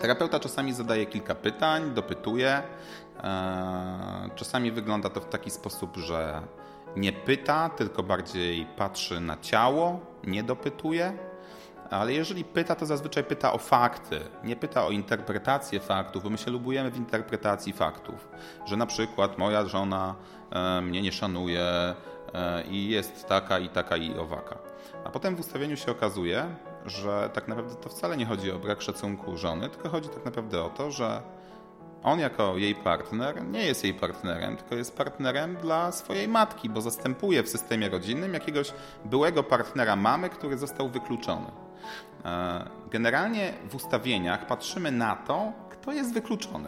Terapeuta czasami zadaje kilka pytań, dopytuje. Czasami wygląda to w taki sposób, że nie pyta, tylko bardziej patrzy na ciało, nie dopytuje. Ale jeżeli pyta, to zazwyczaj pyta o fakty, nie pyta o interpretację faktów, bo my się lubujemy w interpretacji faktów, że na przykład moja żona mnie nie szanuje i jest taka i owaka. A potem w ustawieniu się okazuje, że tak naprawdę to wcale nie chodzi o brak szacunku żony, tylko chodzi tak naprawdę o to, że on jako jej partner nie jest jej partnerem, tylko jest partnerem dla swojej matki, bo zastępuje w systemie rodzinnym jakiegoś byłego partnera mamy, który został wykluczony. Generalnie w ustawieniach patrzymy na to, kto jest wykluczony.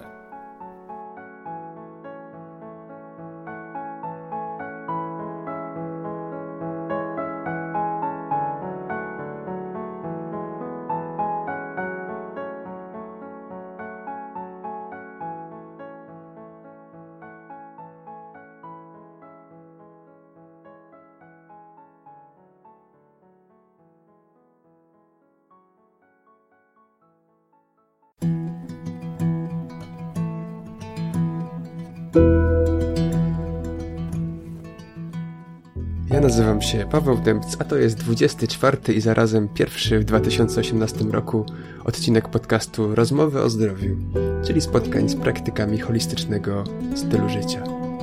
Ja nazywam się Paweł Dębc, a to jest 24. i zarazem pierwszy w 2018 roku odcinek podcastu Rozmowy o zdrowiu, czyli spotkań z praktykami holistycznego stylu życia.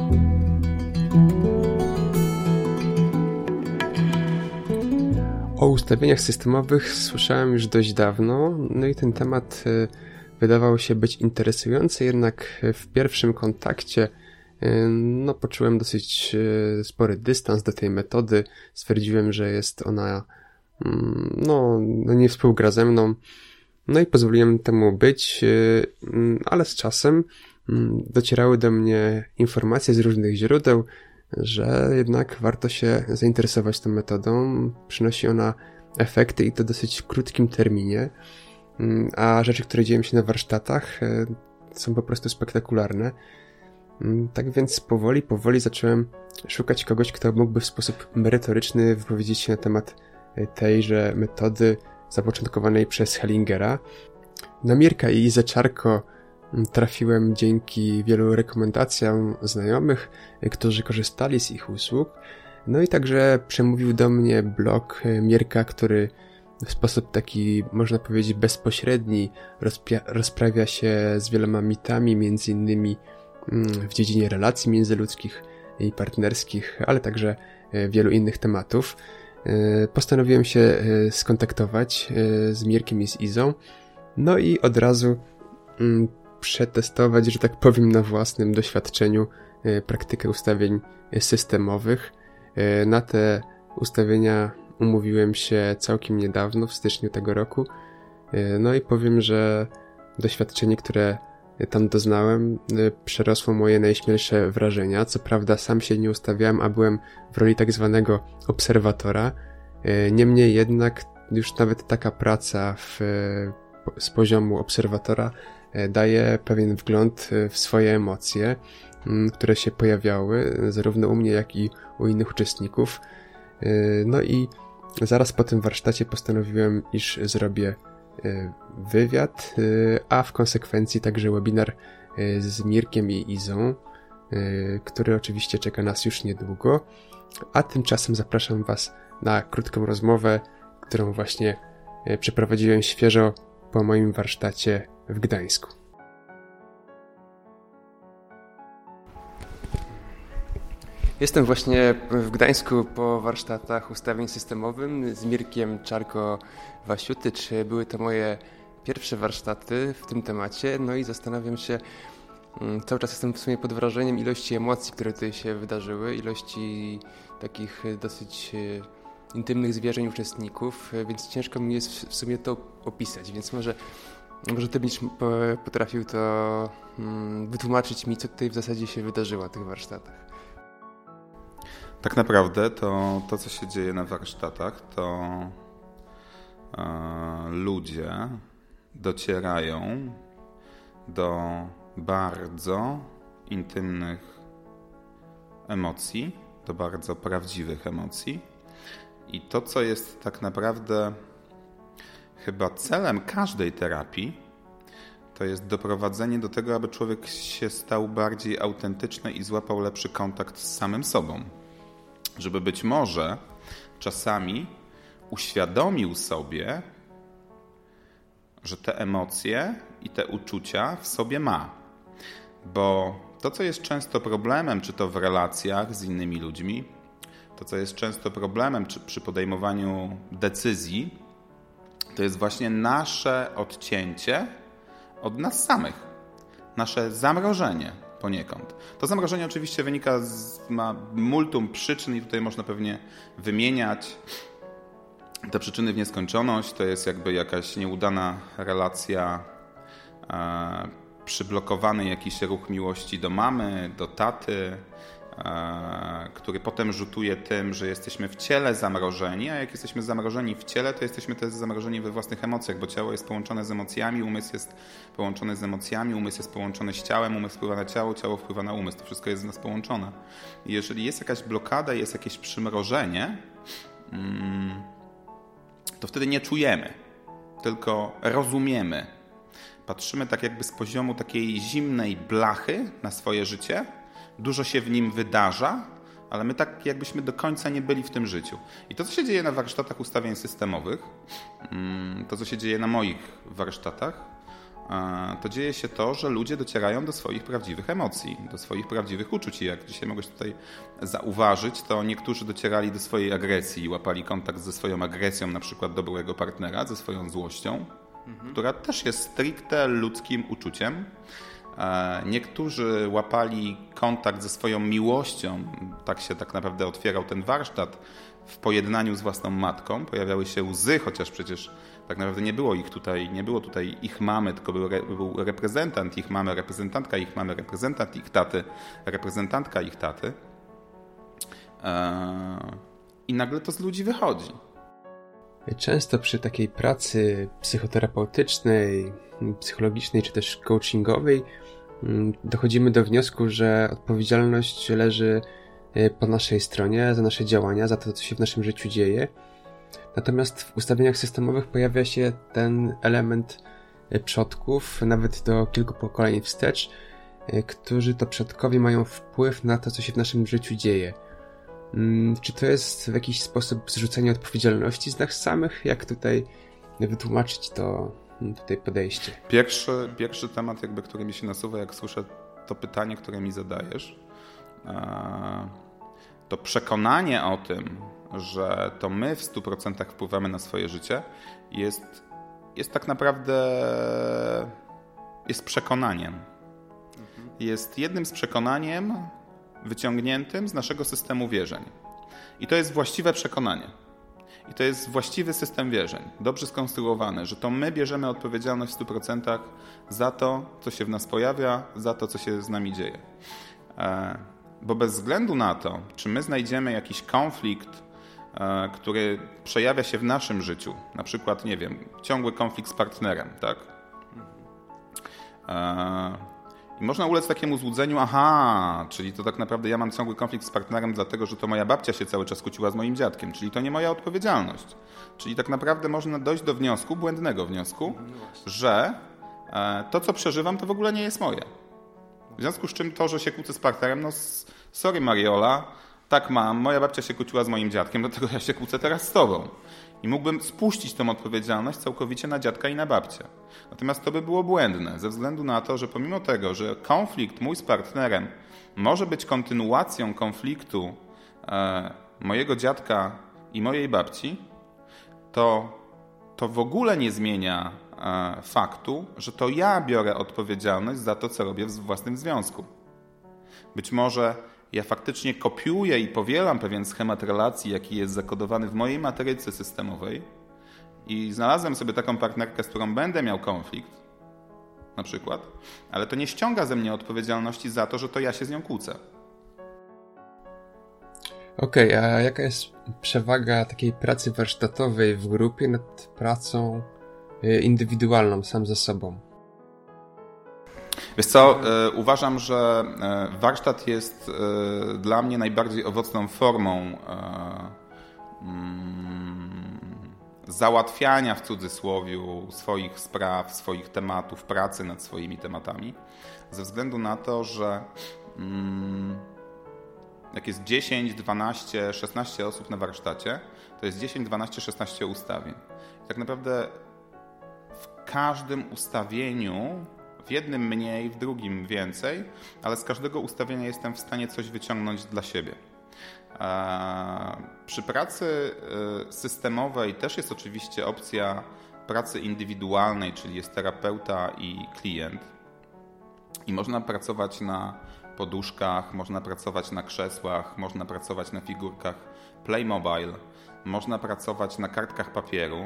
O ustawieniach systemowych słyszałem już dość dawno, no i ten temat wydawał się być interesujący, jednak w pierwszym kontakcie poczułem dosyć spory dystans do tej metody. Stwierdziłem, że jest ona nie współgra ze mną. No i pozwoliłem temu być, ale z czasem docierały do mnie informacje z różnych źródeł, że jednak warto się zainteresować tą metodą. Przynosi ona efekty i to w dosyć krótkim terminie, a rzeczy, które dzieją się na warsztatach, są po prostu spektakularne. Tak więc powoli zacząłem szukać kogoś, kto mógłby w sposób merytoryczny wypowiedzieć się na temat tejże metody zapoczątkowanej przez Hellingera. Na Mirka i Izę Czarko trafiłem dzięki wielu rekomendacjom znajomych, którzy korzystali z ich usług. No i także przemówił do mnie blog Mirka, który w sposób taki, można powiedzieć, bezpośredni rozprawia się z wieloma mitami, między innymi w dziedzinie relacji międzyludzkich i partnerskich, ale także wielu innych tematów. Postanowiłem się skontaktować z Mirkiem i z Izą, no i od razu przetestować, że tak powiem, na własnym doświadczeniu praktykę ustawień systemowych. Na te ustawienia umówiłem się całkiem niedawno, w styczniu tego roku. No i powiem, że doświadczenie, które tam doznałem, przerosło moje najśmielsze wrażenia. Co prawda sam się nie ustawiałem, a byłem w roli tak zwanego obserwatora. Niemniej jednak już nawet taka praca z poziomu obserwatora daje pewien wgląd w swoje emocje, które się pojawiały zarówno u mnie, jak i u innych uczestników. No i zaraz po tym warsztacie postanowiłem, iż zrobię wywiad, a w konsekwencji także webinar z Mirkiem i Izą, który oczywiście czeka nas już niedługo, a tymczasem zapraszam Was na krótką rozmowę, którą właśnie przeprowadziłem świeżo po moim warsztacie w Gdańsku. Jestem właśnie w Gdańsku po warsztatach ustawień systemowym z Mirkiem Czarko-Wasiutycz. Były to moje pierwsze warsztaty w tym temacie, no i zastanawiam się, cały czas jestem w sumie pod wrażeniem ilości emocji, które tutaj się wydarzyły, ilości takich dosyć intymnych zwierzeń uczestników, więc ciężko mi jest w sumie to opisać, więc może Ty byś potrafił to wytłumaczyć mi, co tutaj w zasadzie się wydarzyło na tych warsztatach. Tak naprawdę to co się dzieje na warsztatach, to ludzie docierają do bardzo intymnych emocji, do bardzo prawdziwych emocji. I to, co jest tak naprawdę chyba celem każdej terapii, to jest doprowadzenie do tego, aby człowiek się stał bardziej autentyczny i złapał lepszy kontakt z samym sobą. Żeby być może czasami uświadomił sobie, że te emocje i te uczucia w sobie ma. Bo to, co jest często problemem, czy to w relacjach z innymi ludźmi, to, co jest często problemem przy podejmowaniu decyzji, to jest właśnie nasze odcięcie od nas samych. Nasze zamrożenie poniekąd. To zamrożenie oczywiście wynika ma multum przyczyn i tutaj można pewnie wymieniać te przyczyny w nieskończoność. To jest jakby jakaś nieudana relacja, przyblokowany jakiś ruch miłości do mamy, do taty, który potem rzutuje tym, że jesteśmy w ciele zamrożeni, a jak jesteśmy zamrożeni w ciele, to jesteśmy też zamrożeni we własnych emocjach, bo ciało jest połączone z emocjami, umysł jest połączony z emocjami, umysł jest połączony z ciałem, umysł wpływa na ciało, ciało wpływa na umysł. To wszystko jest z nas połączone. I jeżeli jest jakaś blokada, jest jakieś przymrożenie, to wtedy nie czujemy, tylko rozumiemy. Patrzymy tak jakby z poziomu takiej zimnej blachy na swoje życie. Dużo się w nim wydarza, ale my tak jakbyśmy do końca nie byli w tym życiu. I to, co się dzieje na warsztatach ustawień systemowych, to, co się dzieje na moich warsztatach, to dzieje się to, że ludzie docierają do swoich prawdziwych emocji, do swoich prawdziwych uczuć. I jak dzisiaj mogłeś tutaj zauważyć, to niektórzy docierali do swojej agresji, łapali kontakt ze swoją agresją, na przykład do byłego partnera, ze swoją złością, która też jest stricte ludzkim uczuciem. Niektórzy łapali kontakt ze swoją miłością, tak się tak naprawdę otwierał ten warsztat, w pojednaniu z własną matką. Pojawiały się łzy, chociaż przecież tak naprawdę nie było tutaj ich mamy, tylko był reprezentant ich mamy, reprezentantka ich mamy, reprezentant ich taty, reprezentantka ich taty. I nagle to z ludzi wychodzi. Często przy takiej pracy psychoterapeutycznej, psychologicznej czy też coachingowej dochodzimy do wniosku, że odpowiedzialność leży po naszej stronie, za nasze działania, za to, co się w naszym życiu dzieje. Natomiast w ustawieniach systemowych pojawia się ten element przodków, nawet do kilku pokoleń wstecz, którzy to przodkowie mają wpływ na to, co się w naszym życiu dzieje. Czy to jest w jakiś sposób zrzucenie odpowiedzialności z nas samych? Jak tutaj wytłumaczyć to tutaj podejście? Pierwszy temat, jakby, który mi się nasuwa, jak słyszę to pytanie, które mi zadajesz, to przekonanie o tym, że to my w 100% wpływamy na swoje życie, jest tak naprawdę przekonaniem. Jest jednym z przekonaniem wyciągniętym z naszego systemu wierzeń. I to jest właściwe przekonanie. I to jest właściwy system wierzeń, dobrze skonstruowany, że to my bierzemy odpowiedzialność w 100% za to, co się w nas pojawia, za to, co się z nami dzieje. Bo bez względu na to, czy my znajdziemy jakiś konflikt, który przejawia się w naszym życiu, na przykład, nie wiem, ciągły konflikt z partnerem, tak? I można ulec takiemu złudzeniu, czyli to tak naprawdę ja mam ciągły konflikt z partnerem dlatego, że to moja babcia się cały czas kłóciła z moim dziadkiem, czyli to nie moja odpowiedzialność. Czyli tak naprawdę można dojść do wniosku, błędnego wniosku, że to, co przeżywam, to w ogóle nie jest moje. W związku z czym to, że się kłócę z partnerem, sorry Mariola, tak mam, moja babcia się kłóciła z moim dziadkiem, dlatego ja się kłócę teraz z tobą. I mógłbym spuścić tę odpowiedzialność całkowicie na dziadka i na babcię. Natomiast to by było błędne, ze względu na to, że pomimo tego, że konflikt mój z partnerem może być kontynuacją konfliktu mojego dziadka i mojej babci, to w ogóle nie zmienia faktu, że to ja biorę odpowiedzialność za to, co robię w własnym związku. Być może ja faktycznie kopiuję i powielam pewien schemat relacji, jaki jest zakodowany w mojej matrycy systemowej i znalazłem sobie taką partnerkę, z którą będę miał konflikt, na przykład, ale to nie ściąga ze mnie odpowiedzialności za to, że to ja się z nią kłócę. Okej, a jaka jest przewaga takiej pracy warsztatowej w grupie nad pracą indywidualną, sam ze sobą? Wiesz co, uważam, że warsztat jest dla mnie najbardziej owocną formą załatwiania w cudzysłowiu swoich spraw, swoich tematów, pracy nad swoimi tematami, ze względu na to, że jak jest 10, 12, 16 osób na warsztacie, to jest 10, 12, 16 ustawień. I tak naprawdę w każdym ustawieniu, w jednym mniej, w drugim więcej, ale z każdego ustawienia jestem w stanie coś wyciągnąć dla siebie. Przy pracy systemowej też jest oczywiście opcja pracy indywidualnej, czyli jest terapeuta i klient. I można pracować na poduszkach, można pracować na krzesłach, można pracować na figurkach Playmobil, można pracować na kartkach papieru.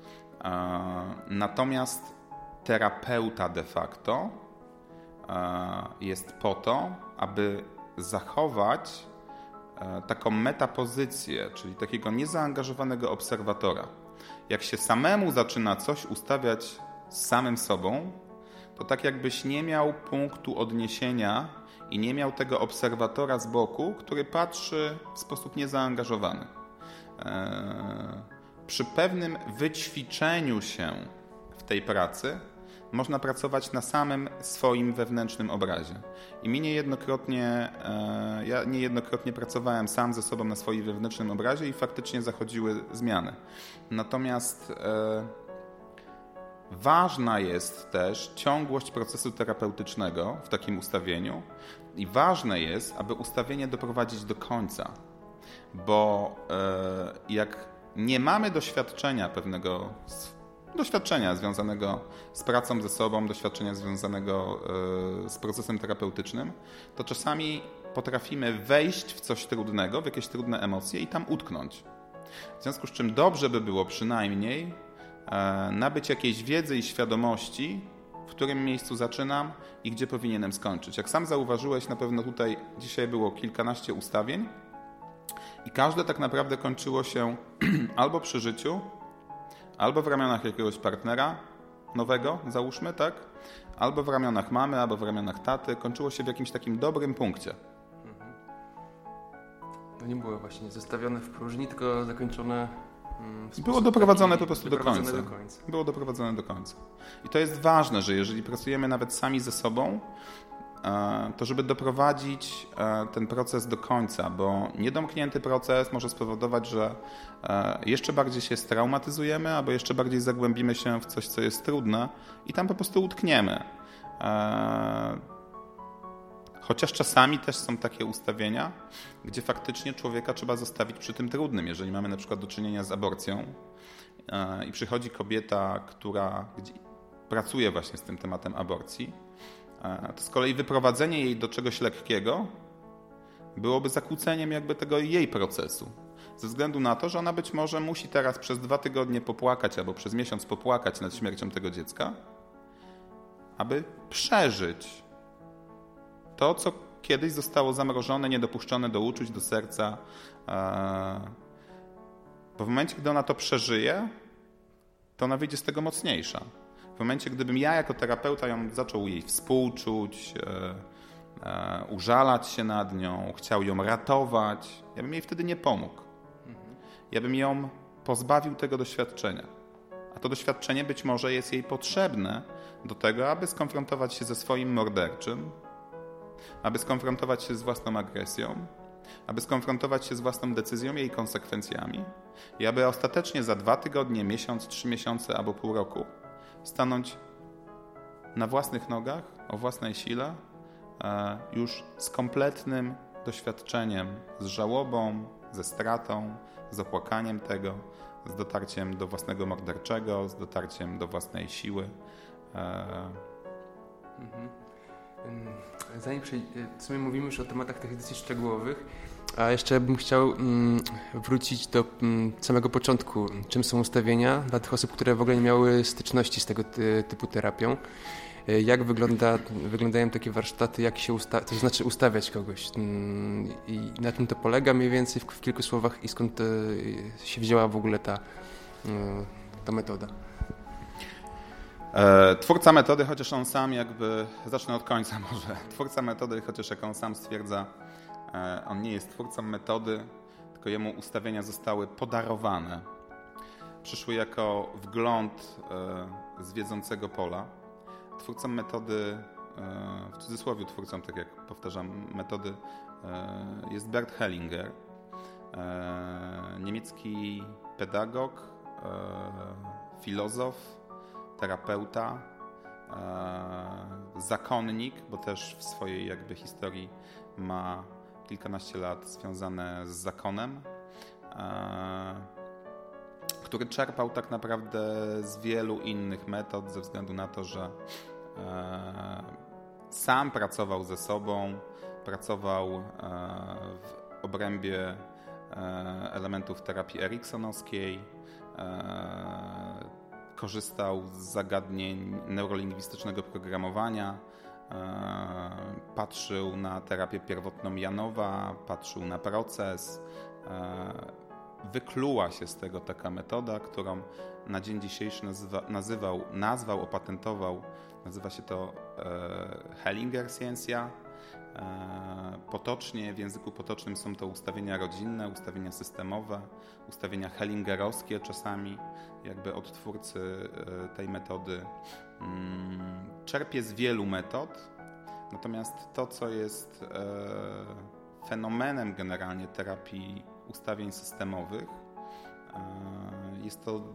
Natomiast terapeuta de facto jest po to, aby zachować taką metapozycję, czyli takiego niezaangażowanego obserwatora. Jak się samemu zaczyna coś ustawiać z samym sobą, to tak jakbyś nie miał punktu odniesienia i nie miał tego obserwatora z boku, który patrzy w sposób niezaangażowany. Przy pewnym wyćwiczeniu się w tej pracy można pracować na samym swoim wewnętrznym obrazie. I mi niejednokrotnie pracowałem sam ze sobą na swoim wewnętrznym obrazie i faktycznie zachodziły zmiany. Natomiast ważna jest też ciągłość procesu terapeutycznego w takim ustawieniu i ważne jest, aby ustawienie doprowadzić do końca, bo jak nie mamy doświadczenia związanego z pracą ze sobą, doświadczenia związanego z procesem terapeutycznym, to czasami potrafimy wejść w coś trudnego, w jakieś trudne emocje i tam utknąć. W związku z czym dobrze by było przynajmniej nabyć jakiejś wiedzy i świadomości, w którym miejscu zaczynam i gdzie powinienem skończyć. Jak sam zauważyłeś, na pewno tutaj dzisiaj było kilkanaście ustawień i każde tak naprawdę kończyło się albo przy życiu, albo w ramionach jakiegoś partnera nowego, załóżmy, tak? Albo w ramionach mamy, albo w ramionach taty. Kończyło się w jakimś takim dobrym punkcie. No nie było właśnie zostawione w próżni, tylko zakończone było doprowadzone po prostu do końca. Było doprowadzone do końca. I to jest ważne, że jeżeli pracujemy nawet sami ze sobą, to żeby doprowadzić ten proces do końca, bo niedomknięty proces może spowodować, że jeszcze bardziej się straumatyzujemy, albo jeszcze bardziej zagłębimy się w coś, co jest trudne i tam po prostu utkniemy. Chociaż czasami też są takie ustawienia, gdzie faktycznie człowieka trzeba zostawić przy tym trudnym. Jeżeli mamy na przykład do czynienia z aborcją i przychodzi kobieta, która pracuje właśnie z tym tematem aborcji, to z kolei wyprowadzenie jej do czegoś lekkiego byłoby zakłóceniem jakby tego jej procesu. Ze względu na to, że ona być może musi teraz przez 2 tygodnie popłakać albo przez miesiąc popłakać nad śmiercią tego dziecka, aby przeżyć to, co kiedyś zostało zamrożone, niedopuszczone do uczuć, do serca. Bo w momencie, gdy ona to przeżyje, to ona wyjdzie z tego mocniejsza. W momencie, gdybym ja jako terapeuta ją zaczął jej współczuć, użalać się nad nią, chciał ją ratować, ja bym jej wtedy nie pomógł. Ja bym ją pozbawił tego doświadczenia. A to doświadczenie być może jest jej potrzebne do tego, aby skonfrontować się ze swoim morderczym, aby skonfrontować się z własną agresją, aby skonfrontować się z własną decyzją i jej konsekwencjami i aby ostatecznie za 2 tygodnie, miesiąc, 3 miesiące albo pół roku stanąć na własnych nogach, o własnej sile, już z kompletnym doświadczeniem, z żałobą, ze stratą, z opłakaniem tego, z dotarciem do własnego morderczego, z dotarciem do własnej siły. Zanim w sumie mówimy już o tematach takich dosyć szczegółowych, a jeszcze bym chciał wrócić do samego początku. Czym są ustawienia dla tych osób, które w ogóle nie miały styczności z tego typu terapią? Jak wyglądają takie warsztaty, jak się to znaczy ustawiać kogoś i na czym to polega mniej więcej w kilku słowach i skąd się wzięła w ogóle ta metoda? Twórca metody, chociaż on sam zacznę od końca może. Twórca metody, chociaż jak on sam stwierdza, on nie jest twórcą metody, tylko jemu ustawienia zostały podarowane. przyszły jako wgląd z wiedzącego pola. Twórcą metody, w cudzysłowie twórcą, tak jak powtarzam, metody jest Bert Hellinger, niemiecki pedagog, filozof, terapeuta, zakonnik, bo też w swojej jakby historii ma kilkanaście lat związane z zakonem, który czerpał tak naprawdę z wielu innych metod ze względu na to, że sam pracował ze sobą, pracował w obrębie elementów terapii eriksonowskiej, korzystał z zagadnień neurolingwistycznego programowania, patrzył na terapię pierwotną Janowa, patrzył na proces. Wykluła się z tego taka metoda, którą na dzień dzisiejszy nazwał, opatentował. Nazywa się to Hellinger-Scientia. Potocznie, w języku potocznym są to ustawienia rodzinne, ustawienia systemowe, ustawienia hellingerowskie czasami, jakby od twórcy tej metody. Czerpie z wielu metod, natomiast to, co jest fenomenem generalnie terapii ustawień systemowych, jest to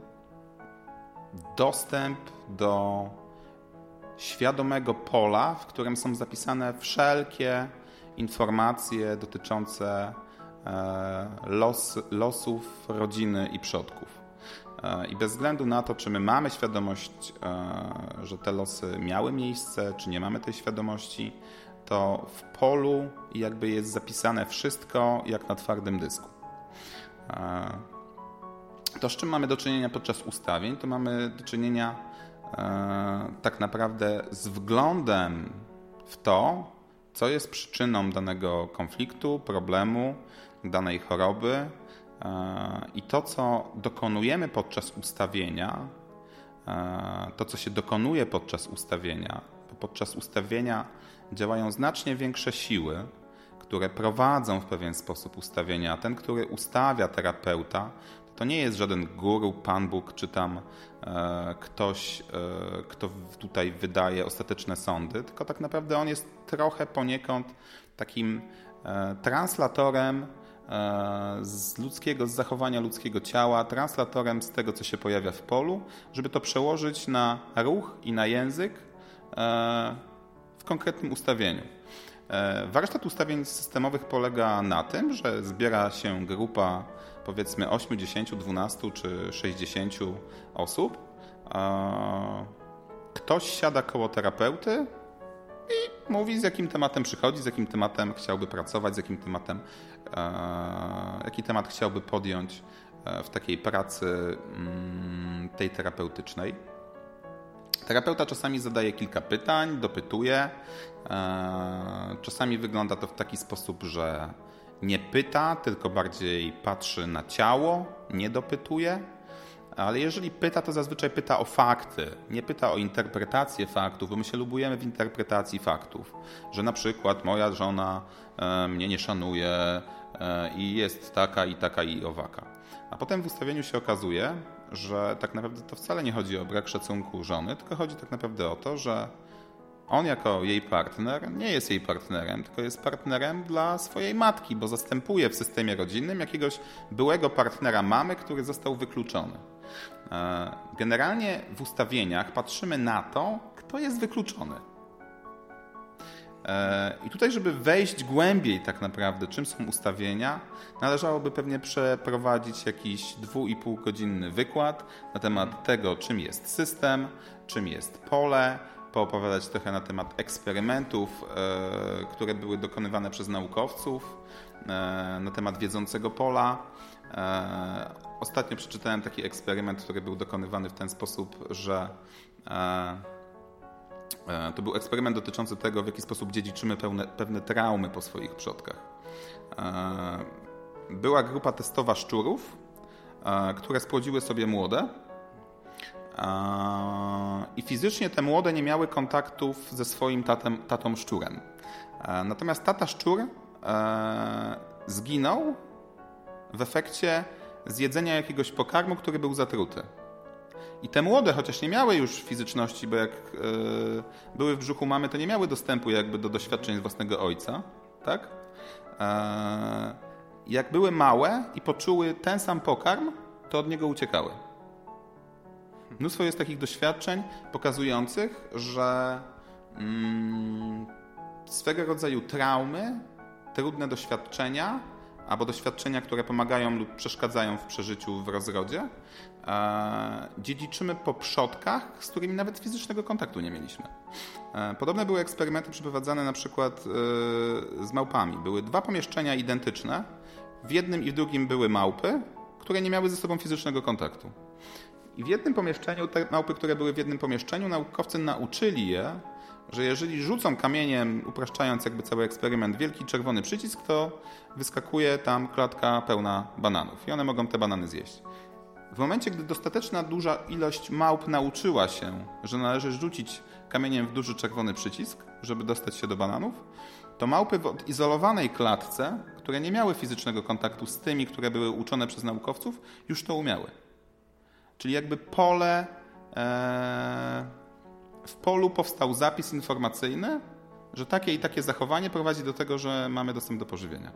dostęp do świadomego pola, w którym są zapisane wszelkie informacje dotyczące losów rodziny i przodków. I bez względu na to, czy my mamy świadomość, że te losy miały miejsce, czy nie mamy tej świadomości, to w polu jakby jest zapisane wszystko jak na twardym dysku. To, z czym mamy do czynienia podczas ustawień, to mamy do czynienia tak naprawdę z wglądem w to, co jest przyczyną danego konfliktu, problemu, danej choroby i to, co dokonujemy podczas ustawienia, to, co się dokonuje podczas ustawienia, bo podczas ustawienia działają znacznie większe siły, które prowadzą w pewien sposób ustawienia. Ten, który ustawia, terapeuta, to nie jest żaden guru, Pan Bóg, czy tam ktoś, kto tutaj wydaje ostateczne sądy, tylko tak naprawdę on jest trochę poniekąd takim translatorem z zachowania ludzkiego ciała, translatorem z tego, co się pojawia w polu, żeby to przełożyć na ruch i na język w konkretnym ustawieniu. Warsztat ustawień systemowych polega na tym, że zbiera się grupa powiedzmy 8, 10, 12 czy 60 osób. Ktoś siada koło terapeuty i mówi, z jakim tematem przychodzi, z jakim tematem chciałby pracować, jaki temat chciałby podjąć w takiej pracy tej terapeutycznej. Terapeuta czasami zadaje kilka pytań, dopytuje. Czasami wygląda to w taki sposób, że nie pyta, tylko bardziej patrzy na ciało, nie dopytuje. Ale jeżeli pyta, to zazwyczaj pyta o fakty, nie pyta o interpretację faktów, bo my się lubujemy w interpretacji faktów, że na przykład moja żona mnie nie szanuje i jest taka i owaka. A potem w ustawieniu się okazuje, że tak naprawdę to wcale nie chodzi o brak szacunku żony, tylko chodzi tak naprawdę o to, że on jako jej partner nie jest jej partnerem, tylko jest partnerem dla swojej matki, bo zastępuje w systemie rodzinnym jakiegoś byłego partnera mamy, który został wykluczony. Generalnie w ustawieniach patrzymy na to, kto jest wykluczony. I tutaj, żeby wejść głębiej tak naprawdę, czym są ustawienia, należałoby pewnie przeprowadzić jakiś 2,5-godzinny wykład na temat tego, czym jest system, czym jest pole, poopowiadać trochę na temat eksperymentów, które były dokonywane przez naukowców, na temat wiedzącego pola. Ostatnio przeczytałem taki eksperyment, który był dokonywany w ten sposób, że to był eksperyment dotyczący tego, w jaki sposób dziedziczymy pewne traumy po swoich przodkach. Była grupa testowa szczurów, które spłodziły sobie młode i fizycznie te młode nie miały kontaktów ze swoim tatą szczurem. Natomiast tata szczur zginął w efekcie z jedzenia jakiegoś pokarmu, który był zatruty. I te młode, chociaż nie miały już fizyczności, bo jak były w brzuchu mamy, to nie miały dostępu jakby do doświadczeń z własnego ojca, tak? Jak były małe i poczuły ten sam pokarm, to od niego uciekały. Mnóstwo jest takich doświadczeń pokazujących, że swego rodzaju traumy, trudne doświadczenia albo doświadczenia, które pomagają lub przeszkadzają w przeżyciu w rozrodzie, dziedziczymy po przodkach, z którymi nawet fizycznego kontaktu nie mieliśmy. Podobne były eksperymenty przeprowadzane na przykład z małpami. Były 2 pomieszczenia identyczne. W jednym i w drugim były małpy, które nie miały ze sobą fizycznego kontaktu. I w jednym pomieszczeniu, te małpy, które były w jednym pomieszczeniu, naukowcy nauczyli je, że jeżeli rzucą kamieniem, upraszczając jakby cały eksperyment, wielki czerwony przycisk, to wyskakuje tam klatka pełna bananów i one mogą te banany zjeść. W momencie, gdy dostateczna duża ilość małp nauczyła się, że należy rzucić kamieniem w duży czerwony przycisk, żeby dostać się do bananów, to małpy w odizolowanej klatce, które nie miały fizycznego kontaktu z tymi, które były uczone przez naukowców, już to umiały. Czyli jakby w polu powstał zapis informacyjny, że takie i takie zachowanie prowadzi do tego, że mamy dostęp do pożywienia.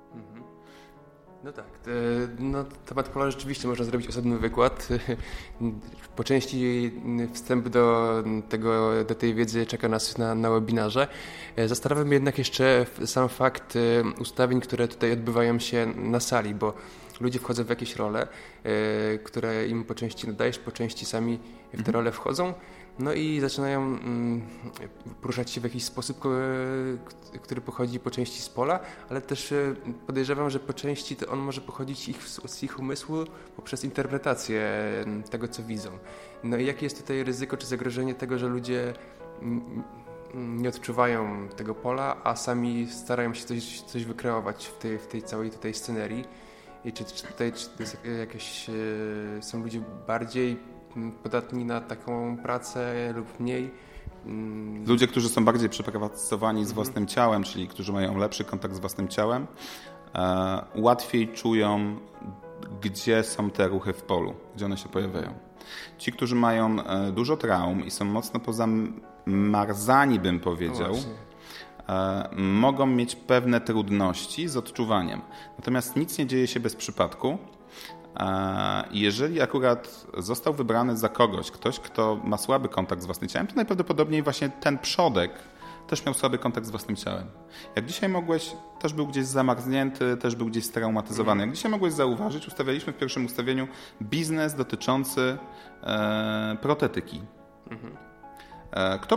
No tak, na temat pola rzeczywiście można zrobić osobny wykład. Po części wstęp do tej wiedzy czeka nas na webinarze. Zastanawia mnie jednak jeszcze sam fakt ustawień, które tutaj odbywają się na sali, bo ludzie wchodzą w jakieś role, które im po części nadajesz, po części sami w te role wchodzą. No i zaczynają poruszać się w jakiś sposób, który pochodzi po części z pola, ale też podejrzewam, że po części to on może pochodzić z ich umysłu poprzez interpretację tego, co widzą. No i jakie jest tutaj ryzyko czy zagrożenie tego, że ludzie nie odczuwają tego pola, a sami starają się coś wykreować w tej całej tutaj scenerii? I czy tutaj to jest są ludzie bardziej podatni na taką pracę lub mniej? Ludzie, którzy są bardziej przepracowani z własnym ciałem, czyli którzy mają lepszy kontakt z własnym ciałem, łatwiej czują, gdzie są te ruchy w polu, gdzie one się pojawiają. Ci, którzy mają dużo traum i są mocno pozamarzani, bym powiedział, mogą mieć pewne trudności z odczuwaniem. Natomiast nic nie dzieje się bez przypadku. Jeżeli akurat został wybrany za ktoś, kto ma słaby kontakt z własnym ciałem, to najprawdopodobniej właśnie ten przodek też miał słaby kontakt z własnym ciałem. Jak dzisiaj też był gdzieś zamarznięty, też był gdzieś straumatyzowany. Jak dzisiaj mogłeś zauważyć, ustawialiśmy w pierwszym ustawieniu biznes dotyczący protetyki. Kto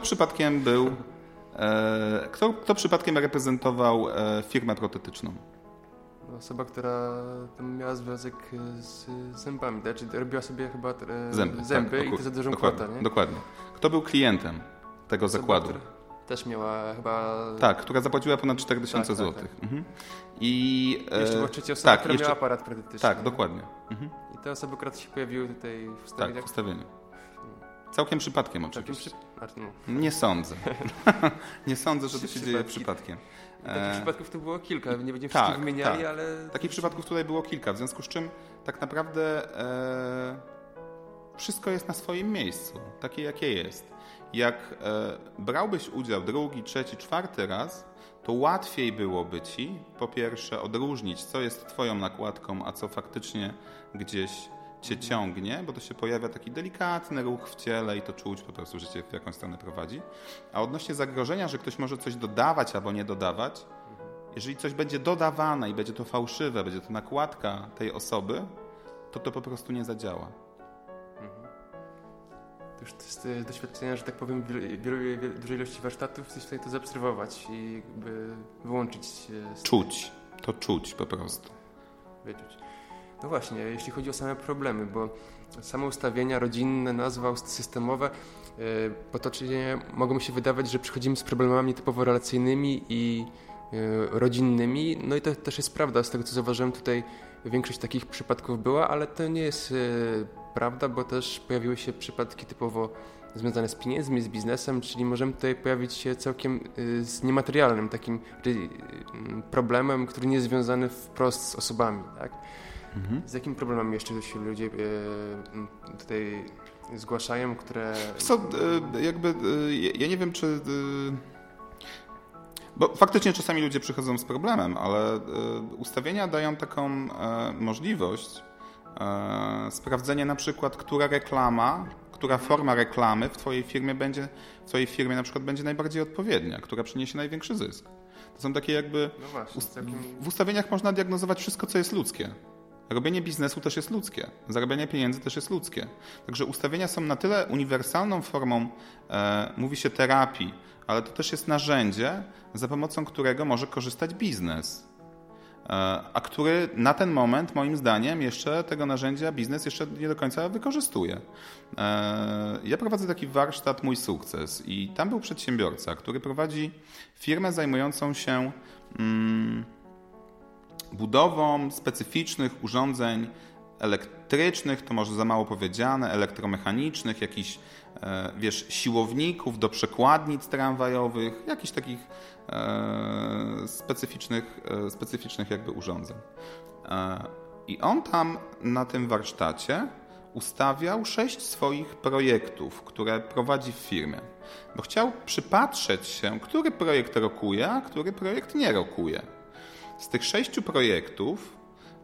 przypadkiem reprezentował firmę protetyczną? Osoba, która tam miała związek z zębami, czyli robiła sobie chyba zęby tak, i to za dużą kwotę, nie? Dokładnie. Kto był klientem tego zakładu? Która też miała chyba... Tak, która zapłaciła ponad 4000 zł. Tak. I jeszcze była trzecia osoba, która miała aparat protetyczny. Tak, dokładnie. I te osoby akurat się pojawiły tutaj w ustawieniach? Tak, w ustawieniu. Całkiem przypadkiem oczywiście. Nie sądzę. Nie sądzę, że to się dzieje przypadkiem. Takich przypadków tu było kilka, nie będziemy wszystkich wymieniali, ale... Takich przypadków tutaj było kilka, w związku z czym tak naprawdę wszystko jest na swoim miejscu, takie jakie jest. Jak brałbyś udział drugi, trzeci, czwarty raz, to łatwiej byłoby ci po pierwsze odróżnić, co jest twoją nakładką, a co faktycznie gdzieś cię ciągnie, bo to się pojawia taki delikatny ruch w ciele i to czuć po prostu, że cię w jakąś stronę prowadzi. A odnośnie zagrożenia, że ktoś może coś dodawać albo nie dodawać, jeżeli coś będzie dodawane i będzie to fałszywe, będzie to nakładka tej osoby, to po prostu nie zadziała. To już z doświadczenia, że tak powiem, dużej ilości warsztatów jesteś w stanie to zaobserwować i jakby wyłączyć. Czuć po prostu. Wiedzieć. No właśnie, jeśli chodzi o same problemy, bo same ustawienia rodzinne, nazwa systemowe, potocznie mogą się wydawać, że przychodzimy z problemami typowo relacyjnymi i rodzinnymi. No i to też jest prawda, z tego co zauważyłem tutaj większość takich przypadków była, ale to nie jest prawda, bo też pojawiły się przypadki typowo związane z pieniędzmi, z biznesem, czyli możemy tutaj pojawić się całkiem z niematerialnym takim problemem, który nie jest związany wprost z osobami, tak? Z jakim problemem jeszcze się ludzie tutaj zgłaszają, które... Ja nie wiem, czy... Bo faktycznie czasami ludzie przychodzą z problemem, ale ustawienia dają taką możliwość sprawdzenia na przykład, która forma reklamy w twojej firmie na przykład będzie najbardziej odpowiednia, która przyniesie największy zysk. To są takie jakby... No właśnie, w ustawieniach można diagnozować wszystko, co jest ludzkie. Robienie biznesu też jest ludzkie. Zarabianie pieniędzy też jest ludzkie. Także ustawienia są na tyle uniwersalną formą, mówi się terapii, ale to też jest narzędzie, za pomocą którego może korzystać biznes. A który na ten moment, moim zdaniem, jeszcze tego narzędzia biznes jeszcze nie do końca wykorzystuje. Ja prowadzę taki warsztat Mój Sukces i tam był przedsiębiorca, który prowadzi firmę zajmującą się budową specyficznych urządzeń elektrycznych, to może za mało powiedziane, elektromechanicznych, jakichś siłowników do przekładnic tramwajowych, jakichś takich specyficznych jakby urządzeń. I on tam na tym warsztacie ustawiał 6 swoich projektów, które prowadzi w firmie. Bo chciał przypatrzeć się, który projekt rokuje, a który projekt nie rokuje. Z tych 6 projektów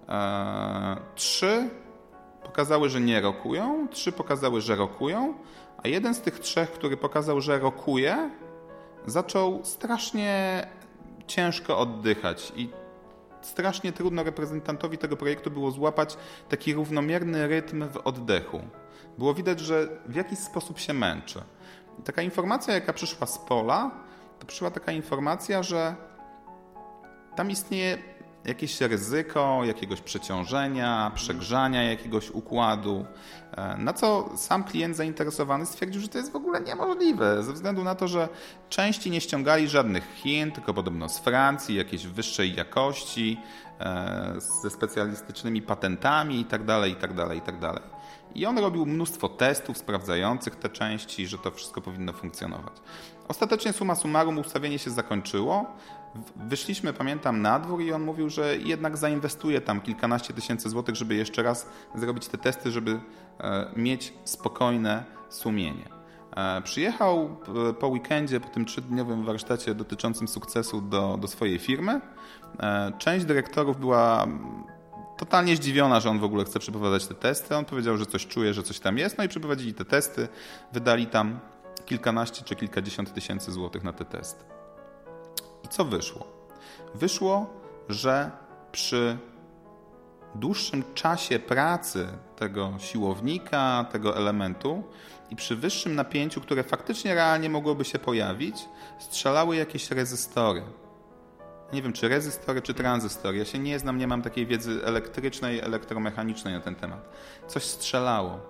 3 pokazały, że nie rokują, 3 pokazały, że rokują, a jeden z tych 3, który pokazał, że rokuje, zaczął strasznie ciężko oddychać i strasznie trudno reprezentantowi tego projektu było złapać taki równomierny rytm w oddechu. Było widać, że w jakiś sposób się męczy. I taka informacja, jaka przyszła z pola, to przyszła taka informacja, że tam istnieje jakieś ryzyko jakiegoś przeciążenia, przegrzania jakiegoś układu, na co sam klient zainteresowany stwierdził, że to jest w ogóle niemożliwe, ze względu na to, że części nie ściągali żadnych Chin, tylko podobno z Francji, jakiejś wyższej jakości, ze specjalistycznymi patentami itd. I on robił mnóstwo testów sprawdzających te części, że to wszystko powinno funkcjonować. Ostatecznie summa summarum ustawienie się zakończyło. Wyszliśmy, pamiętam, na dwór i on mówił, że jednak zainwestuje tam kilkanaście tysięcy złotych, żeby jeszcze raz zrobić te testy, żeby mieć spokojne sumienie. Przyjechał po weekendzie, po tym 3-dniowym warsztacie dotyczącym sukcesu do swojej firmy. Część dyrektorów była totalnie zdziwiona, że on w ogóle chce przeprowadzać te testy. On powiedział, że coś czuje, że coś tam jest. No i przeprowadzili te testy. Wydali tam kilkanaście czy kilkadziesiąt tysięcy złotych na te testy. I co wyszło? Wyszło, że przy dłuższym czasie pracy tego siłownika, tego elementu i przy wyższym napięciu, które faktycznie realnie mogłoby się pojawić, strzelały jakieś rezystory. Nie wiem, czy rezystory, czy tranzystory. Ja się nie znam, nie mam takiej wiedzy elektrycznej, elektromechanicznej na ten temat. Coś strzelało.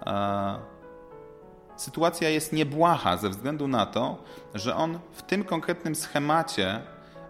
Sytuacja jest niebłaha ze względu na to, że on w tym konkretnym schemacie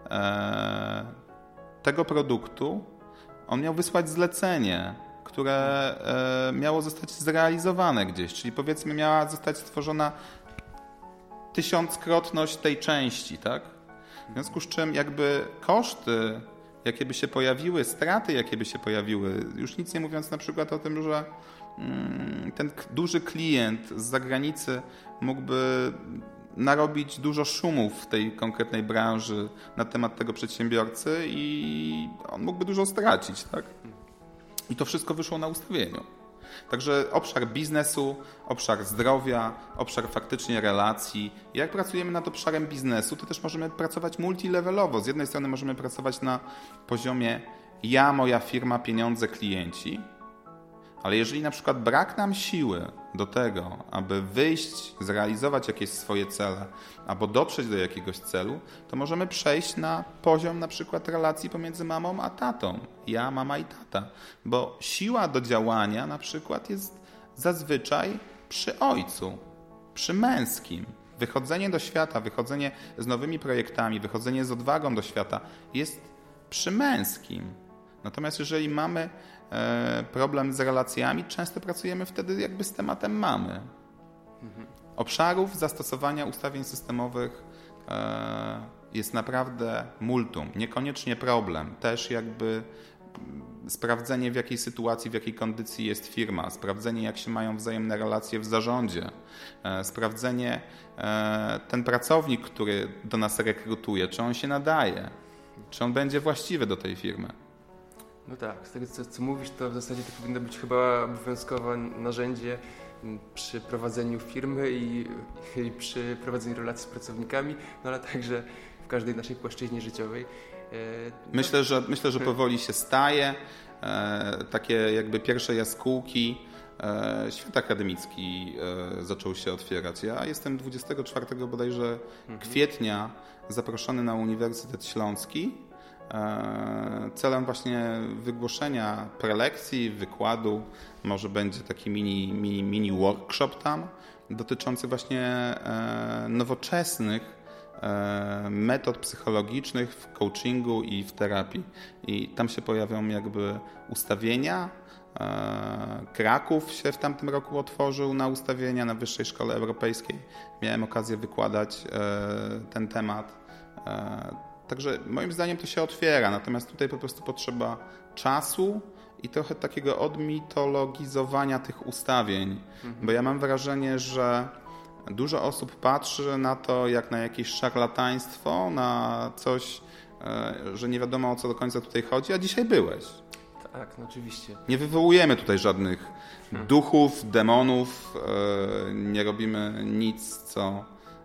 tego produktu on miał wysłać zlecenie, które miało zostać zrealizowane gdzieś, czyli powiedzmy miała zostać stworzona 1000-krotność tej części, tak? W związku z czym jakby koszty, jakie by się pojawiły, straty, jakie by się pojawiły, już nic nie mówiąc na przykład o tym, że ten duży klient z zagranicy mógłby narobić dużo szumów w tej konkretnej branży na temat tego przedsiębiorcy i on mógłby dużo stracić, tak? I to wszystko wyszło na ustawieniu. Także obszar biznesu, obszar zdrowia, obszar faktycznie relacji. Jak pracujemy nad obszarem biznesu, to też możemy pracować multilevelowo. Z jednej strony możemy pracować na poziomie ja, moja firma, pieniądze, klienci. Ale jeżeli na przykład brak nam siły do tego, aby wyjść, zrealizować jakieś swoje cele, albo dotrzeć do jakiegoś celu, to możemy przejść na poziom na przykład relacji pomiędzy mamą a tatą. Ja, mama i tata. Bo siła do działania na przykład jest zazwyczaj przy ojcu, przy męskim. Wychodzenie do świata, wychodzenie z nowymi projektami, wychodzenie z odwagą do świata jest przy męskim. Natomiast jeżeli mamy problem z relacjami, często pracujemy wtedy jakby z tematem mamy. Obszarów zastosowania ustawień systemowych jest naprawdę multum. Niekoniecznie problem. Też jakby sprawdzenie, w jakiej sytuacji, w jakiej kondycji jest firma, sprawdzenie, jak się mają wzajemne relacje w zarządzie, sprawdzenie, ten pracownik, który do nas rekrutuje, czy on się nadaje, czy on będzie właściwy do tej firmy. No tak, z tego co mówisz, to w zasadzie to powinno być chyba obowiązkowe narzędzie przy prowadzeniu firmy i przy prowadzeniu relacji z pracownikami, no ale także w każdej naszej płaszczyźnie życiowej. Myślę, że powoli się staje. Takie jakby pierwsze jaskółki, świat akademicki zaczął się otwierać. Ja jestem 24 bodajże kwietnia zaproszony na Uniwersytet Śląski celem właśnie wygłoszenia prelekcji, wykładu. Może będzie taki mini workshop tam dotyczący właśnie nowoczesnych metod psychologicznych w coachingu i w terapii. I tam się pojawią jakby ustawienia. Kraków się w tamtym roku otworzył na ustawienia na Wyższej Szkole Europejskiej. Miałem okazję wykładać ten temat. Także moim zdaniem to się otwiera, natomiast tutaj po prostu potrzeba czasu i trochę takiego odmitologizowania tych ustawień, bo ja mam wrażenie, że dużo osób patrzy na to jak na jakieś szarlataństwo, na coś, że nie wiadomo o co do końca tutaj chodzi, a dzisiaj byłeś. Tak, no oczywiście. Nie wywołujemy tutaj żadnych duchów, demonów, nie robimy nic, co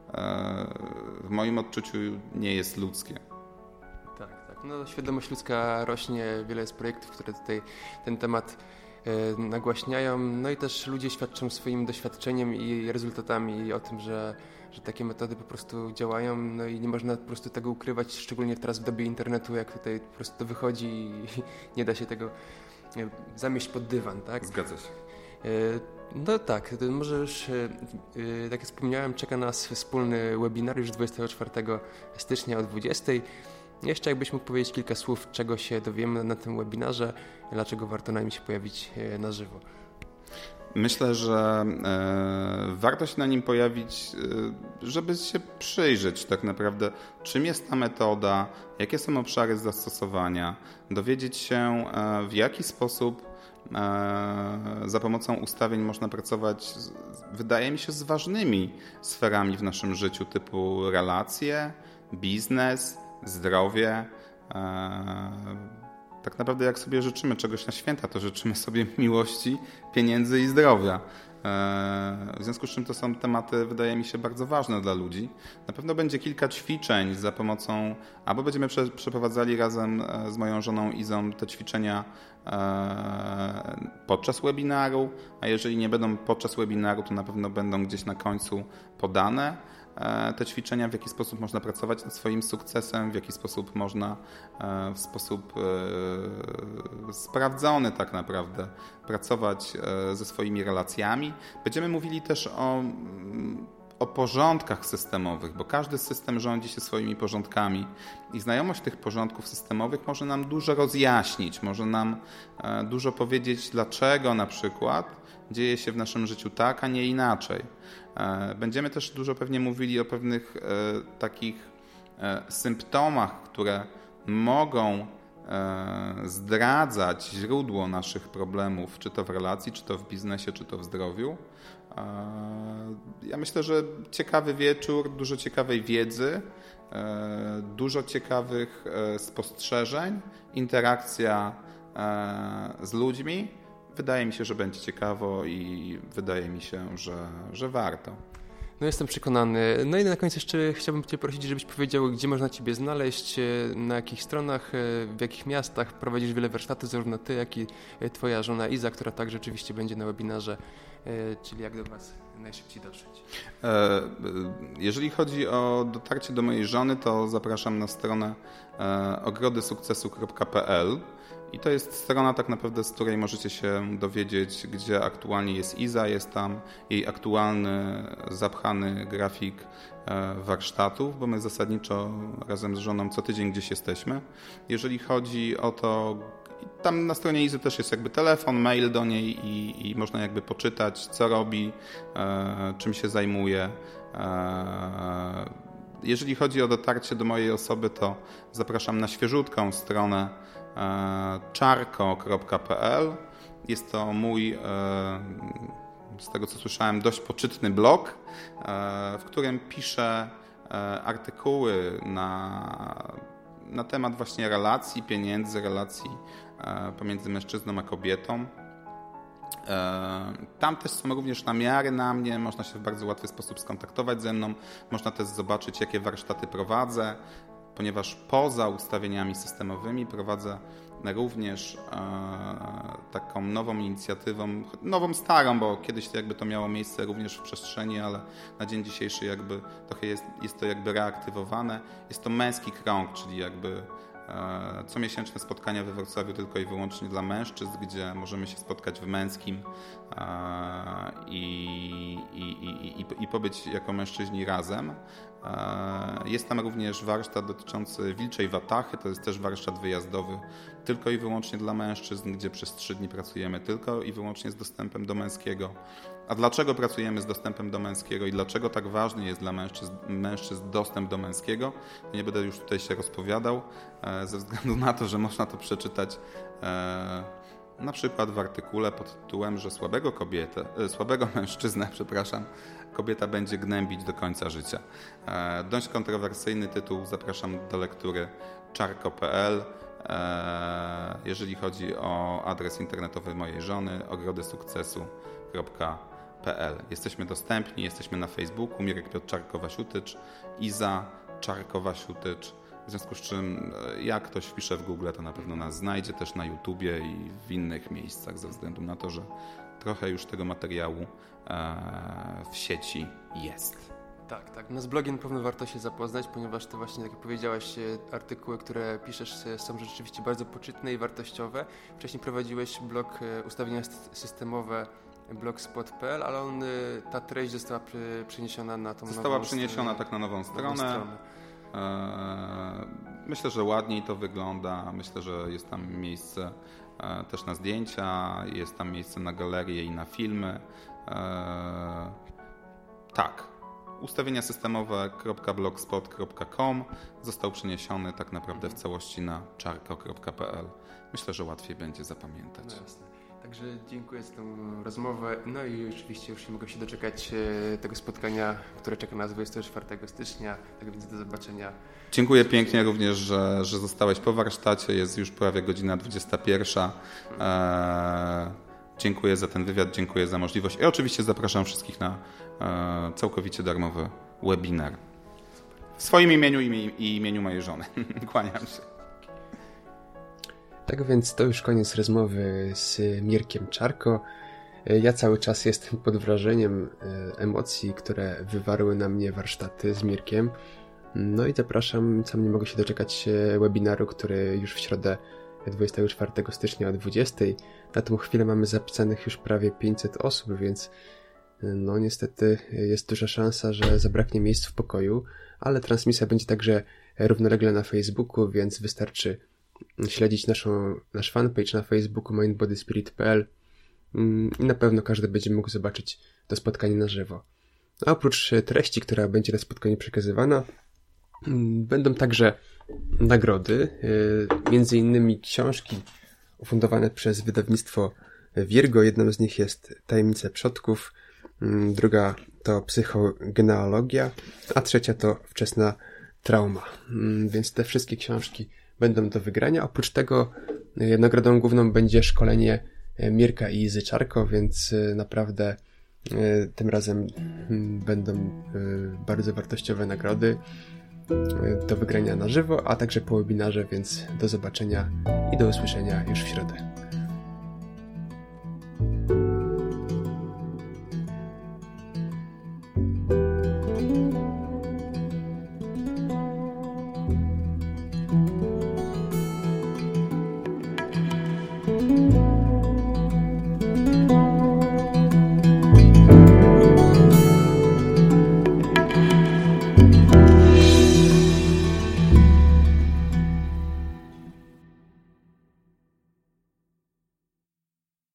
w moim odczuciu nie jest ludzkie. Tak. No, świadomość ludzka rośnie, wiele jest projektów, które tutaj ten temat nagłaśniają, no i też ludzie świadczą swoim doświadczeniem i rezultatami o tym, że takie metody po prostu działają, no i nie można po prostu tego ukrywać, szczególnie teraz w dobie internetu, jak tutaj po prostu to wychodzi i nie da się tego zamieść pod dywan, tak? Zgadza się. No tak, może już, tak jak wspomniałem, czeka nas wspólny webinar już 24 stycznia o 20. Jeszcze jakbyś mógł powiedzieć kilka słów, czego się dowiemy na tym webinarze, dlaczego warto na nim się pojawić na żywo. Myślę, że warto się na nim pojawić, żeby się przyjrzeć tak naprawdę, czym jest ta metoda, jakie są obszary zastosowania, dowiedzieć się, w jaki sposób za pomocą ustawień można pracować, wydaje mi się, z ważnymi sferami w naszym życiu, typu relacje, biznes, zdrowie. Tak naprawdę jak sobie życzymy czegoś na święta, to życzymy sobie miłości, pieniędzy i zdrowia. W związku z czym to są tematy, wydaje mi się, bardzo ważne dla ludzi. Na pewno będzie kilka ćwiczeń za pomocą, albo będziemy przeprowadzali razem z moją żoną Izą te ćwiczenia podczas webinaru, a jeżeli nie będą podczas webinaru, to na pewno będą gdzieś na końcu podane te ćwiczenia, w jaki sposób można pracować nad swoim sukcesem, w jaki sposób można w sposób sprawdzony tak naprawdę pracować ze swoimi relacjami. Będziemy mówili też o porządkach systemowych, bo każdy system rządzi się swoimi porządkami i znajomość tych porządków systemowych może nam dużo rozjaśnić, może nam dużo powiedzieć, dlaczego na przykład dzieje się w naszym życiu tak, a nie inaczej. Będziemy też dużo pewnie mówili o pewnych takich symptomach, które mogą zdradzać źródło naszych problemów, czy to w relacji, czy to w biznesie, czy to w zdrowiu. Ja myślę, że ciekawy wieczór, dużo ciekawej wiedzy, dużo ciekawych spostrzeżeń, interakcja z ludźmi. Wydaje mi się, że będzie ciekawo i wydaje mi się, że warto. No jestem przekonany. No i na koniec jeszcze chciałbym Cię prosić, żebyś powiedział, gdzie można Ciebie znaleźć, na jakich stronach, w jakich miastach. Prowadzisz wiele warsztatów, zarówno Ty, jak i Twoja żona Iza, która także oczywiście będzie na webinarze, czyli jak do Was najszybciej dotrzeć. Jeżeli chodzi o dotarcie do mojej żony, to zapraszam na stronę ogrodysukcesu.pl. I to jest strona tak naprawdę, z której możecie się dowiedzieć, gdzie aktualnie jest Iza, jest tam jej aktualny, zapchany grafik warsztatów, bo my zasadniczo razem z żoną co tydzień gdzieś jesteśmy. Jeżeli chodzi o to, tam na stronie Izy też jest jakby telefon, mail do niej i można jakby poczytać, co robi, czym się zajmuje. Jeżeli chodzi o dotarcie do mojej osoby, to zapraszam na świeżutką stronę czarko.pl. Jest to mój, z tego co słyszałem, dość poczytny blog, w którym piszę artykuły na temat właśnie relacji, pieniędzy, relacji pomiędzy mężczyzną a kobietą. Tam też są również namiary na mnie, można się w bardzo łatwy sposób skontaktować ze mną, można też zobaczyć, jakie warsztaty prowadzę, ponieważ poza ustawieniami systemowymi prowadzę również taką nową inicjatywą, nową starą, bo kiedyś to miało miejsce również w przestrzeni, ale na dzień dzisiejszy trochę jest to reaktywowane. Jest to męski krąg, czyli comiesięczne spotkania we Wrocławiu tylko i wyłącznie dla mężczyzn, gdzie możemy się spotkać w męskim i pobyć jako mężczyźni razem. Jest tam również warsztat dotyczący wilczej watachy, to jest też warsztat wyjazdowy tylko i wyłącznie dla mężczyzn, gdzie przez 3 dni pracujemy tylko i wyłącznie z dostępem do męskiego. A dlaczego pracujemy z dostępem do męskiego i dlaczego tak ważny jest dla mężczyzn dostęp do męskiego, to nie będę już tutaj się rozpowiadał, ze względu na to, że można to przeczytać na przykład w artykule pod tytułem, że słabego mężczyznę, kobieta będzie gnębić do końca życia. Dość kontrowersyjny tytuł, zapraszam do lektury czarko.pl. Jeżeli chodzi o adres internetowy mojej żony, ogrodysukcesu.pl. Jesteśmy dostępni, jesteśmy na Facebooku, Mirek Piotr Czarkowa-Siutycz, Iza Czarkowa-Siutycz. W związku z czym, jak ktoś wpisze w Google, to na pewno nas znajdzie też na YouTubie i w innych miejscach, ze względu na to, że trochę już tego materiału w sieci jest. Tak. No z blogiem na pewno warto się zapoznać, ponieważ to właśnie, tak jak powiedziałeś, artykuły, które piszesz, są rzeczywiście bardzo poczytne i wartościowe. Wcześniej prowadziłeś blog ustawienia systemowe blogspot.pl, ale ta treść została przeniesiona na tą Została przeniesiona tak na nową stronę. Myślę, że ładniej to wygląda. Myślę, że jest tam miejsce też na zdjęcia, jest tam miejsce na galerie i na filmy. Tak. Ustawienia systemowe.blogspot.com został przeniesiony tak naprawdę w całości na czarko.pl. Myślę, że łatwiej będzie zapamiętać. No jasne. Także dziękuję za tę rozmowę. No i oczywiście już nie mogę się doczekać tego spotkania, które czeka nas 24 stycznia. Tak więc do zobaczenia. Dziękuję pięknie również, że zostałeś po warsztacie. Jest już prawie godzina 21. Dziękuję za ten wywiad, dziękuję za możliwość i oczywiście zapraszam wszystkich na całkowicie darmowy webinar. W swoim imieniu i imieniu mojej żony. Kłaniam się. Tak więc to już koniec rozmowy z Mirkiem Czarko. Ja cały czas jestem pod wrażeniem emocji, które wywarły na mnie warsztaty z Mirkiem. No i zapraszam, sam nie mogę się doczekać webinaru, który już w środę 24 stycznia o 20. Na tą chwilę mamy zapisanych już prawie 500 osób, więc no niestety jest duża szansa, że zabraknie miejsc w pokoju, ale transmisja będzie także równolegle na Facebooku, więc wystarczy śledzić nasz fanpage na Facebooku mindbodyspirit.pl i na pewno każdy będzie mógł zobaczyć to spotkanie na żywo. A oprócz treści, która będzie na spotkaniu przekazywana, będą także nagrody, między innymi książki ufundowane przez wydawnictwo Virgo. Jedną z nich jest Tajemnice przodków, druga to Psychogenealogia, a trzecia to Wczesna trauma. Więc te wszystkie książki będą do wygrania. Oprócz tego nagrodą główną będzie szkolenie Mirka i Izy Czarko, więc naprawdę tym razem będą bardzo wartościowe nagrody do wygrania na żywo, a także po webinarze, więc do zobaczenia i do usłyszenia już w środę.